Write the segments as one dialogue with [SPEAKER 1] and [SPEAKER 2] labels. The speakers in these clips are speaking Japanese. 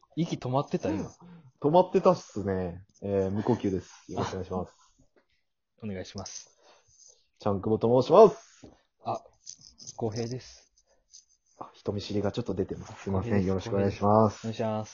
[SPEAKER 1] 息止まってた今。
[SPEAKER 2] 止まってたっすね。無呼吸です。よろしくお願いします。
[SPEAKER 1] お願いします。
[SPEAKER 2] ちゃんくぼと申します。
[SPEAKER 1] 公平です。
[SPEAKER 2] 人見知りがちょっと出てます。すいません。
[SPEAKER 1] 公平です
[SPEAKER 2] よろしくお願いしま
[SPEAKER 1] お願
[SPEAKER 2] す
[SPEAKER 1] い。します。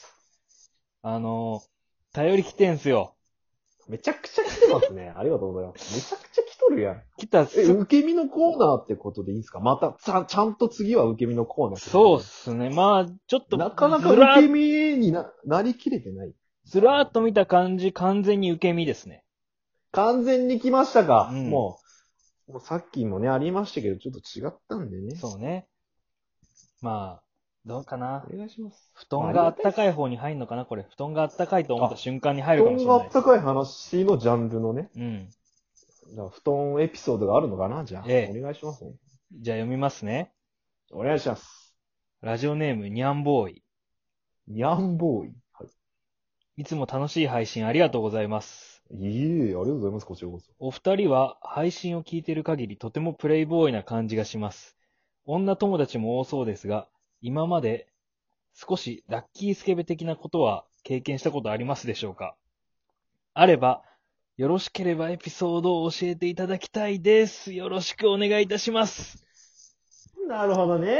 [SPEAKER 1] 頼り来てんすよ。
[SPEAKER 2] めちゃくちゃ来てますね。ありがとうございます。めちゃくちゃ来とるやん。
[SPEAKER 1] 来たっす。
[SPEAKER 2] 受け身のコーナーってことでいいんですか？また、ちゃんと次は受け身のコーナーってこと
[SPEAKER 1] そうっ
[SPEAKER 2] で。
[SPEAKER 1] すね。まあ、ちょっと、
[SPEAKER 2] なかなか
[SPEAKER 1] ずら
[SPEAKER 2] 受け身になりきれてない。
[SPEAKER 1] ずらーっと見た感じ、完全に受け身ですね。
[SPEAKER 2] 完全に来ましたか。
[SPEAKER 1] うん
[SPEAKER 2] もうさっきもね、ありましたけど、ちょっと違ったんでね。
[SPEAKER 1] そうね。まあ、どうかな。
[SPEAKER 2] お願いします。
[SPEAKER 1] 布団があったかい方に入んのかなこれ。布団があったかいと思った瞬間に入
[SPEAKER 2] 布
[SPEAKER 1] るかもしれない。
[SPEAKER 2] 団があったかい話のジャンルのね。
[SPEAKER 1] うん。
[SPEAKER 2] だから布団エピソードがあるのかなじゃあ、
[SPEAKER 1] ええ
[SPEAKER 2] お願いしますね。
[SPEAKER 1] じゃあ読みますね。
[SPEAKER 2] お願いします。
[SPEAKER 1] ラジオネーム、にゃんボーイ。
[SPEAKER 2] ニャンボーイ。
[SPEAKER 1] いつも楽しい配信ありがとうございます。
[SPEAKER 2] いえ、ありがとうございます。こちらこそ。
[SPEAKER 1] お二人は配信を聞いている限りとてもプレイボーイな感じがします。女友達も多そうですが、今まで少しラッキースケベ的なことは経験したことありますでしょうか？あれば、よろしければエピソードを教えていただきたいです。よろしくお願いいたします。
[SPEAKER 2] なるほどね。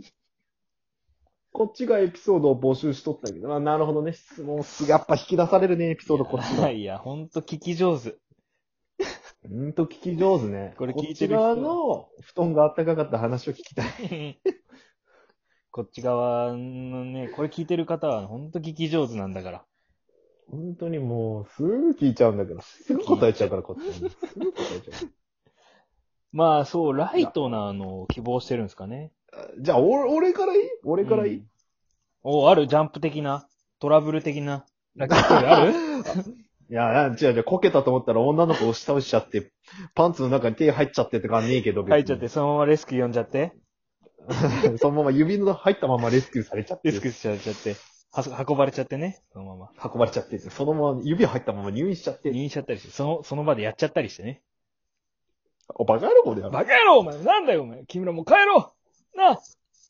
[SPEAKER 2] こっちがエピソードを募集しとったけど、なるほどね。質問やっぱ引き出されるね、エピソードこっちが。
[SPEAKER 1] いや、ほんと聞き上手。
[SPEAKER 2] 聞き上手ね。
[SPEAKER 1] これ聞い
[SPEAKER 2] こってち側の布団が暖かかった話を聞きたい。
[SPEAKER 1] こっち側のね、これ聞いてる方はほんと聞き上手なんだから。
[SPEAKER 2] 本当にもう、すぐ聞いちゃうんだけど、すぐ答えちゃうから、こっちは。すぐ答えちゃう。
[SPEAKER 1] まあそう、ライトなのを希望してるんですかね。
[SPEAKER 2] じゃあ、俺からいい俺からいい、
[SPEAKER 1] あるジャンプ的なトラブル的なラッキーストーリーある
[SPEAKER 2] いや、違う、こけたと思ったら女の子を押し倒しちゃって、パンツの中に手入っちゃってって感じねえけど、
[SPEAKER 1] 書いちゃって、そのままレスキュー呼んじゃって。
[SPEAKER 2] そのまま指の入ったままレスキューされちゃって。
[SPEAKER 1] レスキューしちゃっちゃって。運ばれちゃってね。そのまま。
[SPEAKER 2] 運ばれちゃって、そのまま指入ったまま入院しちゃって。
[SPEAKER 1] 入院しちゃったりして、その場でやっちゃったりしてね。
[SPEAKER 2] お、バカ野郎これやろ。
[SPEAKER 1] バカ野郎お前なんだよお前君らもう帰ろうなあ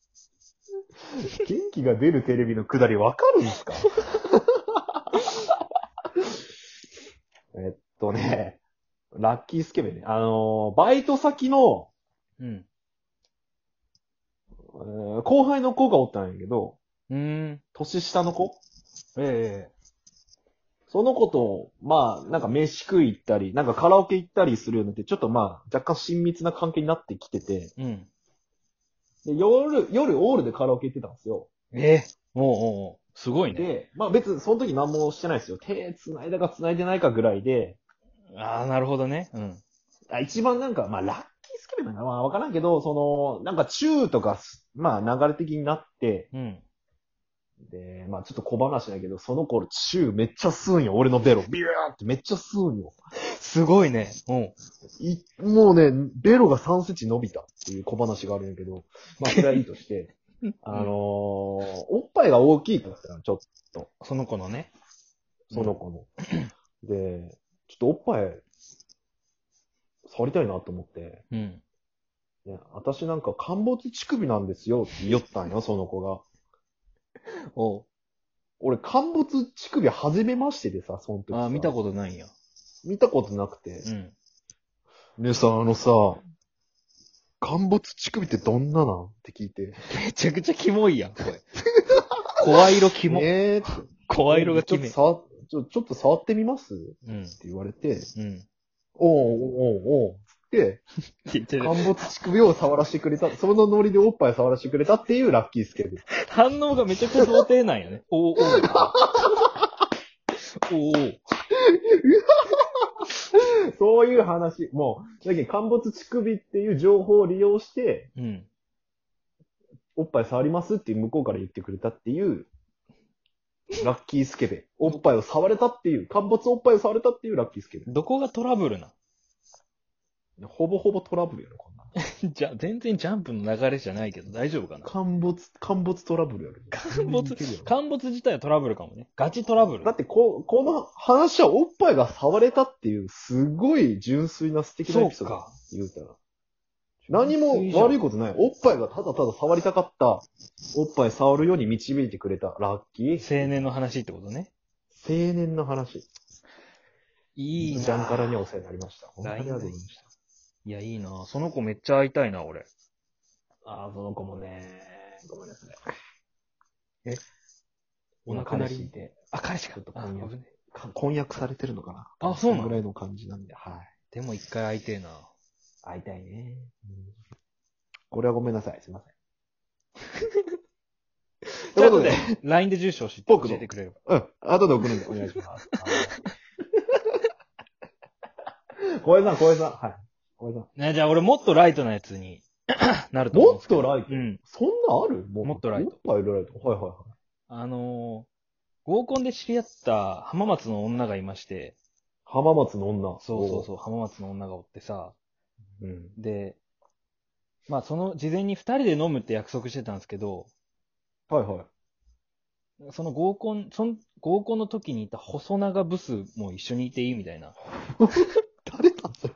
[SPEAKER 2] 元気が出るテレビのくだりわかるんですか？ラッキースケベね。バイト先の、
[SPEAKER 1] うん。
[SPEAKER 2] 後輩の子がおったんやけど、
[SPEAKER 1] 年
[SPEAKER 2] 下の子
[SPEAKER 1] え
[SPEAKER 2] その子と、まあ、なんか飯食い行ったり、なんかカラオケ行ったりするようになって、ちょっとまあ、若干親密な関係になってきてて、
[SPEAKER 1] うん。
[SPEAKER 2] で、夜オールでカラオケ行ってたんですよ。
[SPEAKER 1] おうすごいね。
[SPEAKER 2] で、まあ別にその時何もしてないですよ。手繋いだか繋いでないかぐらいで、
[SPEAKER 1] ああ、なるほどね。うん。
[SPEAKER 2] 一番なんか、まあラッキースケベなのかなまあわからんけど、なんかチューとか、まあ流れ的になって、
[SPEAKER 1] うん。
[SPEAKER 2] で、まあちょっと小話だけど、その頃チューめっちゃ吸うんよ。俺のベロ。ビューってめっちゃ吸うんよ。
[SPEAKER 1] すごいね。
[SPEAKER 2] もうね、ベロが3センチ伸びたっていう小話があるんやけど、まあそれはいいとして、おっぱいが大きいとったら、ちょっと。
[SPEAKER 1] その子のね。
[SPEAKER 2] その子の。で、ちょっとおっぱい、触りたいなと思って、
[SPEAKER 1] うん。
[SPEAKER 2] ね、私なんか陥没乳首なんですよって言ったんよ、その子が。
[SPEAKER 1] おう。
[SPEAKER 2] 俺、陥没乳首初めましてでさ、その時さ。
[SPEAKER 1] ああ、見たことないんや。
[SPEAKER 2] 見たことなくて。
[SPEAKER 1] うん。
[SPEAKER 2] ねさ、陥没乳首ってどんななんって聞いて。
[SPEAKER 1] めちゃくちゃキモいやん、これ。声色キモ。
[SPEAKER 2] って。
[SPEAKER 1] 声色がキメ。
[SPEAKER 2] ちょっと触ってみます
[SPEAKER 1] うん。
[SPEAKER 2] って言われて、
[SPEAKER 1] うん。
[SPEAKER 2] おう、つって、
[SPEAKER 1] 陥
[SPEAKER 2] 陥没乳首を触らせてくれた、そのノリでおっぱい触らせてくれたっていうラッキースケベ。
[SPEAKER 1] 反応がめちゃくちゃ童貞なんやね。おー。
[SPEAKER 2] そういう話、もう、だけど陥没乳首っていう情報を利用して、
[SPEAKER 1] うん。
[SPEAKER 2] おっぱい触りますっていう向こうから言ってくれたっていう、ラッキースケベ。おっぱいを触れたっていう、陥没おっぱいを触れたっていうラッキースケベ。
[SPEAKER 1] どこがトラブルな
[SPEAKER 2] ほぼほぼトラブルやろ、こんな。
[SPEAKER 1] じゃ、全然ジャンプの流れじゃないけど大丈夫かな
[SPEAKER 2] 陥没トラブルやろ。
[SPEAKER 1] 陥没自体はトラブルかもね。ガチトラブル。
[SPEAKER 2] だってこの話はおっぱいが触れたっていう、すごい純粋な素敵なエピソード。
[SPEAKER 1] そうか。
[SPEAKER 2] 言うたら。 何も悪いことない。おっぱいがただただ触りたかった。おっぱい触るように導いてくれた。ラッキー。
[SPEAKER 1] 青年の話ってことね。
[SPEAKER 2] 青年の話。
[SPEAKER 1] いいな
[SPEAKER 2] ジャンカラにはお世話になりました。本当にありがとうございました。
[SPEAKER 1] いや、いいなその子めっちゃ会いたいな、俺。
[SPEAKER 2] ああ、その子もね、ごめんなさい。
[SPEAKER 1] お亡くなり
[SPEAKER 2] 彼氏いて、
[SPEAKER 1] あ、彼氏か。
[SPEAKER 2] ちょっと
[SPEAKER 1] あ、
[SPEAKER 2] 婚約
[SPEAKER 1] 危ね
[SPEAKER 2] 婚約されてるのかな。
[SPEAKER 1] あそうなの
[SPEAKER 2] ぐらいの感じなんで、はい。
[SPEAKER 1] でも一回会いてえな。
[SPEAKER 2] 会いたいね。これはごめんなさい。すいません。ということで、
[SPEAKER 1] LINE で住所を知って教えてくれれば。
[SPEAKER 2] 後で送るんでお願いします。小江さん。はい。小江さん。
[SPEAKER 1] ね、じゃあ俺もっとライトなやつになると思うん
[SPEAKER 2] もっ
[SPEAKER 1] ですけど。
[SPEAKER 2] とライト、
[SPEAKER 1] うん。
[SPEAKER 2] そんなある
[SPEAKER 1] もっとライト。
[SPEAKER 2] もっとライト。はいはいはい。
[SPEAKER 1] 合コンで知り合った浜松の女がいまして、
[SPEAKER 2] 浜松の女。
[SPEAKER 1] そう、浜松の女がおってさ、
[SPEAKER 2] う。うん。
[SPEAKER 1] で、まあ事前に二人で飲むって約束してたんですけど、
[SPEAKER 2] はいはい。
[SPEAKER 1] その合コンの時にいた細長ブスも一緒にいていいみたいな。
[SPEAKER 2] 誰だそれ。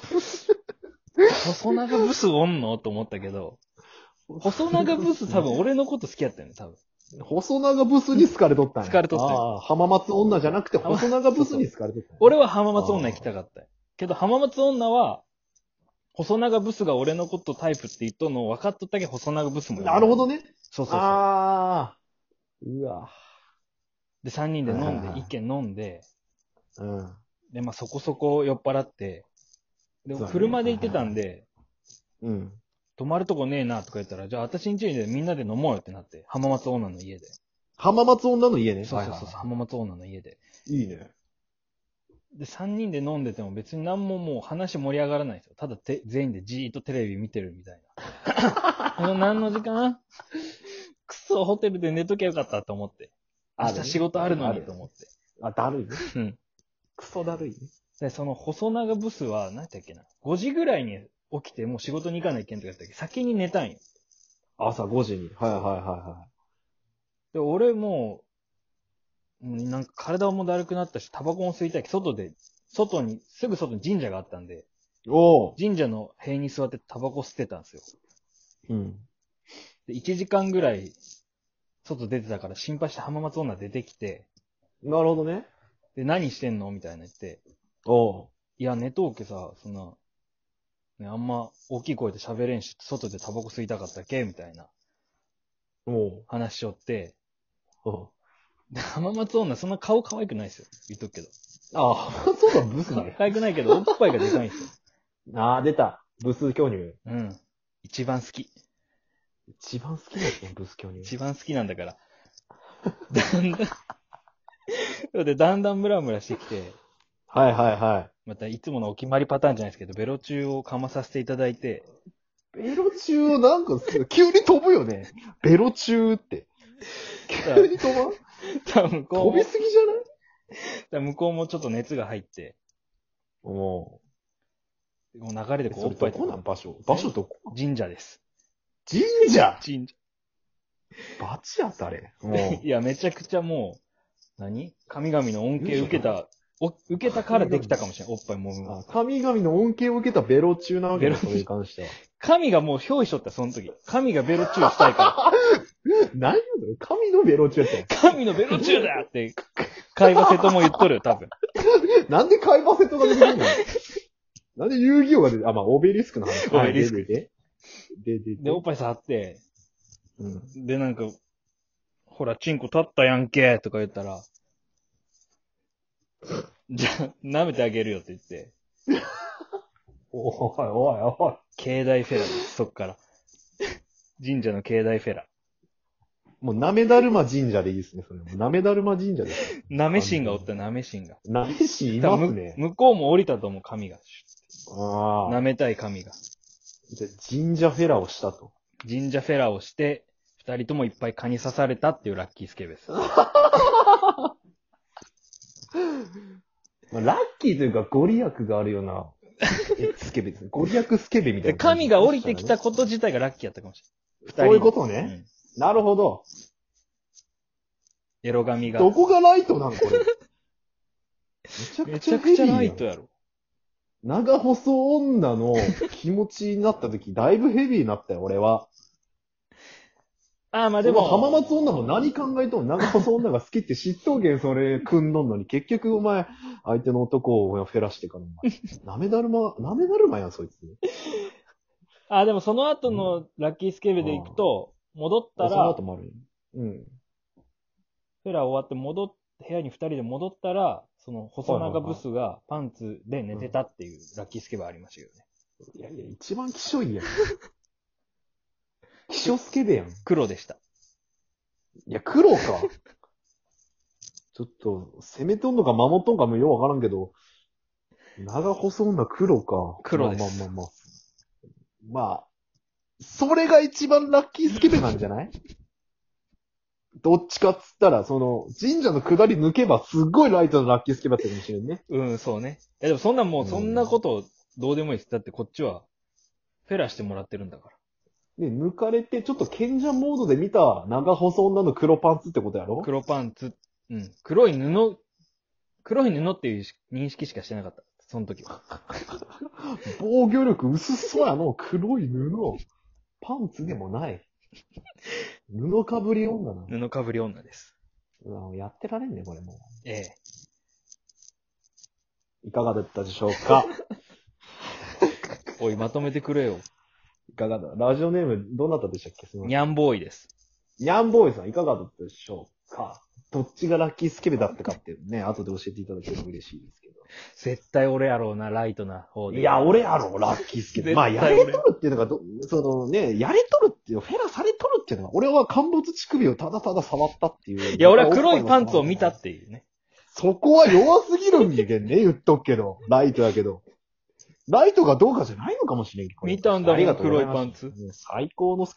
[SPEAKER 1] 細長ブスおんのと思ったけど、細長ブス多分俺のこと好きやったよね、多分。
[SPEAKER 2] 細長ブスに好かれとったんや。
[SPEAKER 1] 好かれとったんや
[SPEAKER 2] ああ、浜松女じゃなくて細長ブスに好かれとったんや。
[SPEAKER 1] 俺は浜松女行きたかったよ。けど浜松女は、細長ブスが俺のことタイプって言っとんの分かっとったけど細長ブスもいる。
[SPEAKER 2] なるほどね。
[SPEAKER 1] そう。
[SPEAKER 2] ああ。うわ。
[SPEAKER 1] で、3人で飲んで、
[SPEAKER 2] はいはいはい
[SPEAKER 1] 一軒飲んで、
[SPEAKER 2] うん。
[SPEAKER 1] で、まあそこそこ酔っ払って、で、
[SPEAKER 2] そうだね
[SPEAKER 1] 車で行ってたんで、
[SPEAKER 2] うん。
[SPEAKER 1] 泊まるとこねえなとか言ったら、じゃあ私ん家でみんなで飲もうよってなって、浜松女の家で。
[SPEAKER 2] 浜松女の家ね。
[SPEAKER 1] そう、
[SPEAKER 2] はいはい
[SPEAKER 1] 浜松女の家で。
[SPEAKER 2] いいね。
[SPEAKER 1] で、3人で飲んでても別に何ももう話盛り上がらないんですよ。ただ全員でじーっとテレビ見てるみたいな。もう何の時間くそ、ホテルで寝ときゃよかったと思って。明日仕事あるのにと思って。
[SPEAKER 2] あ、だるいね。
[SPEAKER 1] うん。
[SPEAKER 2] クソだるいね。
[SPEAKER 1] で、その細長ブスは、何だっけな。5時ぐらいに起きてもう仕事に行かないけんとかやったっけ先に寝たんよ。
[SPEAKER 2] 朝5時に。はいはいは
[SPEAKER 1] で、俺もなんか体もだるくなったし、タバコも吸いたいけど、すぐ外に神社があったんで、
[SPEAKER 2] い。おー。
[SPEAKER 1] 神社の塀に座ってタバコ吸ってたんですよ。
[SPEAKER 2] うん。
[SPEAKER 1] で、1時間ぐらい、外出てたから心配して浜松女出てきて、
[SPEAKER 2] なるほどね。
[SPEAKER 1] で、何してんのみたいな言って、
[SPEAKER 2] おー。
[SPEAKER 1] いや、寝とうけさ、そんな、ね、あんま大きい声で喋れんし、外でタバコ吸いたかったっけみたいな
[SPEAKER 2] おー。
[SPEAKER 1] 話しよって、
[SPEAKER 2] お
[SPEAKER 1] で、浜松女そんな顔可愛くないですよ。言っとくけど。
[SPEAKER 2] あ、浜松女ブスだね。
[SPEAKER 1] 可愛くないけど、おっぱいがでかいんですよ。
[SPEAKER 2] あー、出た。ブス巨乳。
[SPEAKER 1] うん。一番好き。
[SPEAKER 2] 一番好きだったの、ブス巨乳。
[SPEAKER 1] 一番好きなんだから。だんだん、で、だんだんムラムラしてきて、
[SPEAKER 2] はいはいはい。
[SPEAKER 1] またいつものお決まりパターンじゃないですけど、ベロ中をかまさせていただいて、
[SPEAKER 2] ベロ中なんか急に飛ぶよね。ベロ中って。急に飛ばん
[SPEAKER 1] 多分向こうも、
[SPEAKER 2] 飛びすぎじゃない
[SPEAKER 1] 向こうもちょっと熱が入って、
[SPEAKER 2] お
[SPEAKER 1] もう流れでこう
[SPEAKER 2] それど
[SPEAKER 1] おっぱいとか
[SPEAKER 2] こなん場所どこ
[SPEAKER 1] 神社です。
[SPEAKER 2] 神社
[SPEAKER 1] 神社。
[SPEAKER 2] バチ当たれ。
[SPEAKER 1] いや、めちゃくちゃもう、神々の恩恵受けたからできたかもしれない。おっぱいもむの。
[SPEAKER 2] 神々の恩恵を受けたベロ中なわけだ、
[SPEAKER 1] ベロ
[SPEAKER 2] それに関しては。
[SPEAKER 1] 神がもう憑依しとった、その時。神がベロチューしたいか
[SPEAKER 2] 何よ、神のベロ中やった
[SPEAKER 1] ら。神のベロチューだって、会話瀬戸も言っとるよ、多分。
[SPEAKER 2] のなんで海馬セットが出てくるのなんで遊戯王が出て、まあ、オベリスクの話。
[SPEAKER 1] オベリスク
[SPEAKER 2] で。
[SPEAKER 1] で、おっぱい触って、
[SPEAKER 2] うん。
[SPEAKER 1] で、なんか、ほら、チンコ立ったやんけ、とか言ったら、じゃあ、舐めてあげるよって言って、
[SPEAKER 2] おいおいおい。
[SPEAKER 1] 境内フェラです、そっから。神社の境内フェラ。
[SPEAKER 2] もう、なめだるま神社でいいですね、それ。なめだるま神社です。
[SPEAKER 1] なめしんがおった、なめしんが。
[SPEAKER 2] なめしいますね。
[SPEAKER 1] 向こうも降りたと思う、神が。
[SPEAKER 2] ああ。
[SPEAKER 1] 舐めたい神が。
[SPEAKER 2] じゃあ神社フェラをしたと。
[SPEAKER 1] 神社フェラをして、二人ともいっぱい蚊に刺されたっていうラッキースケベです。
[SPEAKER 2] まあ、ラッキーというか、ご利益があるような、スケベですね。ご利益スケベみたい
[SPEAKER 1] で、
[SPEAKER 2] な感じ。
[SPEAKER 1] 神が降りてきたこと自体がラッキーやったかもしれない。
[SPEAKER 2] そういうこと
[SPEAKER 1] う
[SPEAKER 2] ね。
[SPEAKER 1] ん。
[SPEAKER 2] なるほど。
[SPEAKER 1] エロ神が。
[SPEAKER 2] どこがライトなのこれ。
[SPEAKER 1] めちゃくちゃライト
[SPEAKER 2] やん。
[SPEAKER 1] やろ。
[SPEAKER 2] 長細女の気持ちになった時、だいぶヘビーになったよ、俺は。
[SPEAKER 1] ああ、まあでも。
[SPEAKER 2] 浜松女も何考えとん長細女が好きって知っとんけん、それ組んどんのに、結局お前、相手の男をフェラしてから、お前、なめだるまやん、そいつ。
[SPEAKER 1] ああ、でもその後のラッキースケベで行くと、戻ったら
[SPEAKER 2] その後、もあるよ。うん。
[SPEAKER 1] フェラ終わって部屋に二人で戻ったら、その細長ブスがパンツで寝てたっていうラッキースケベありましたけどね。
[SPEAKER 2] いやいや、一番希少いやん。希少スケベやん。
[SPEAKER 1] 黒でした。
[SPEAKER 2] いや、黒か。ちょっと、攻めとんのか守っとんかもようわからんけど、長細女黒か。
[SPEAKER 1] 黒です。
[SPEAKER 2] まあ、それが一番ラッキースケベなんじゃないどっちかっつったら、その、神社の下り抜けばすっごいライトのラッキースケベだったかもしれんね。
[SPEAKER 1] うん、そうね。いやでもそんなことどうでもいいです。だってこっちは、フェラしてもらってるんだから。
[SPEAKER 2] で、抜かれて、ちょっと賢者モードで見た長細女の黒パンツってことやろ
[SPEAKER 1] 黒パンツ、うん。黒い布っていう認識しかしてなかった。その時は。
[SPEAKER 2] 防御力薄そうやの、黒い布。パンツでもない。布かぶり女な。
[SPEAKER 1] 布かぶり女です。
[SPEAKER 2] やってられんね、これも
[SPEAKER 1] ええ。
[SPEAKER 2] いかがだったでしょうか
[SPEAKER 1] おい、まとめてくれよ。
[SPEAKER 2] いかがだラジオネーム、どなたでしたっけ
[SPEAKER 1] ニャンボーイです。
[SPEAKER 2] ニャンボーイさん、いかがだったでしょうかどっちがラッキースケベだったかっていうね、後で教えていただけると嬉しいですけど。
[SPEAKER 1] 絶対俺やろうな、ライトな方で。
[SPEAKER 2] いや、俺やろ、ラッキースケベ。まあ、やれとるっていうのがそのね、やれとるっていう、フェラされとるっていうのは、俺は陥没乳首をただただ触ったっていう。
[SPEAKER 1] いや、俺は黒いパンツを見たっていうね。
[SPEAKER 2] そこは弱すぎるんやけんね、言っとくけど。ライトやけど。ライトがどうかじゃないのかもしれんけど。
[SPEAKER 1] 見たんだもん、黒いパンツ。
[SPEAKER 2] 最高の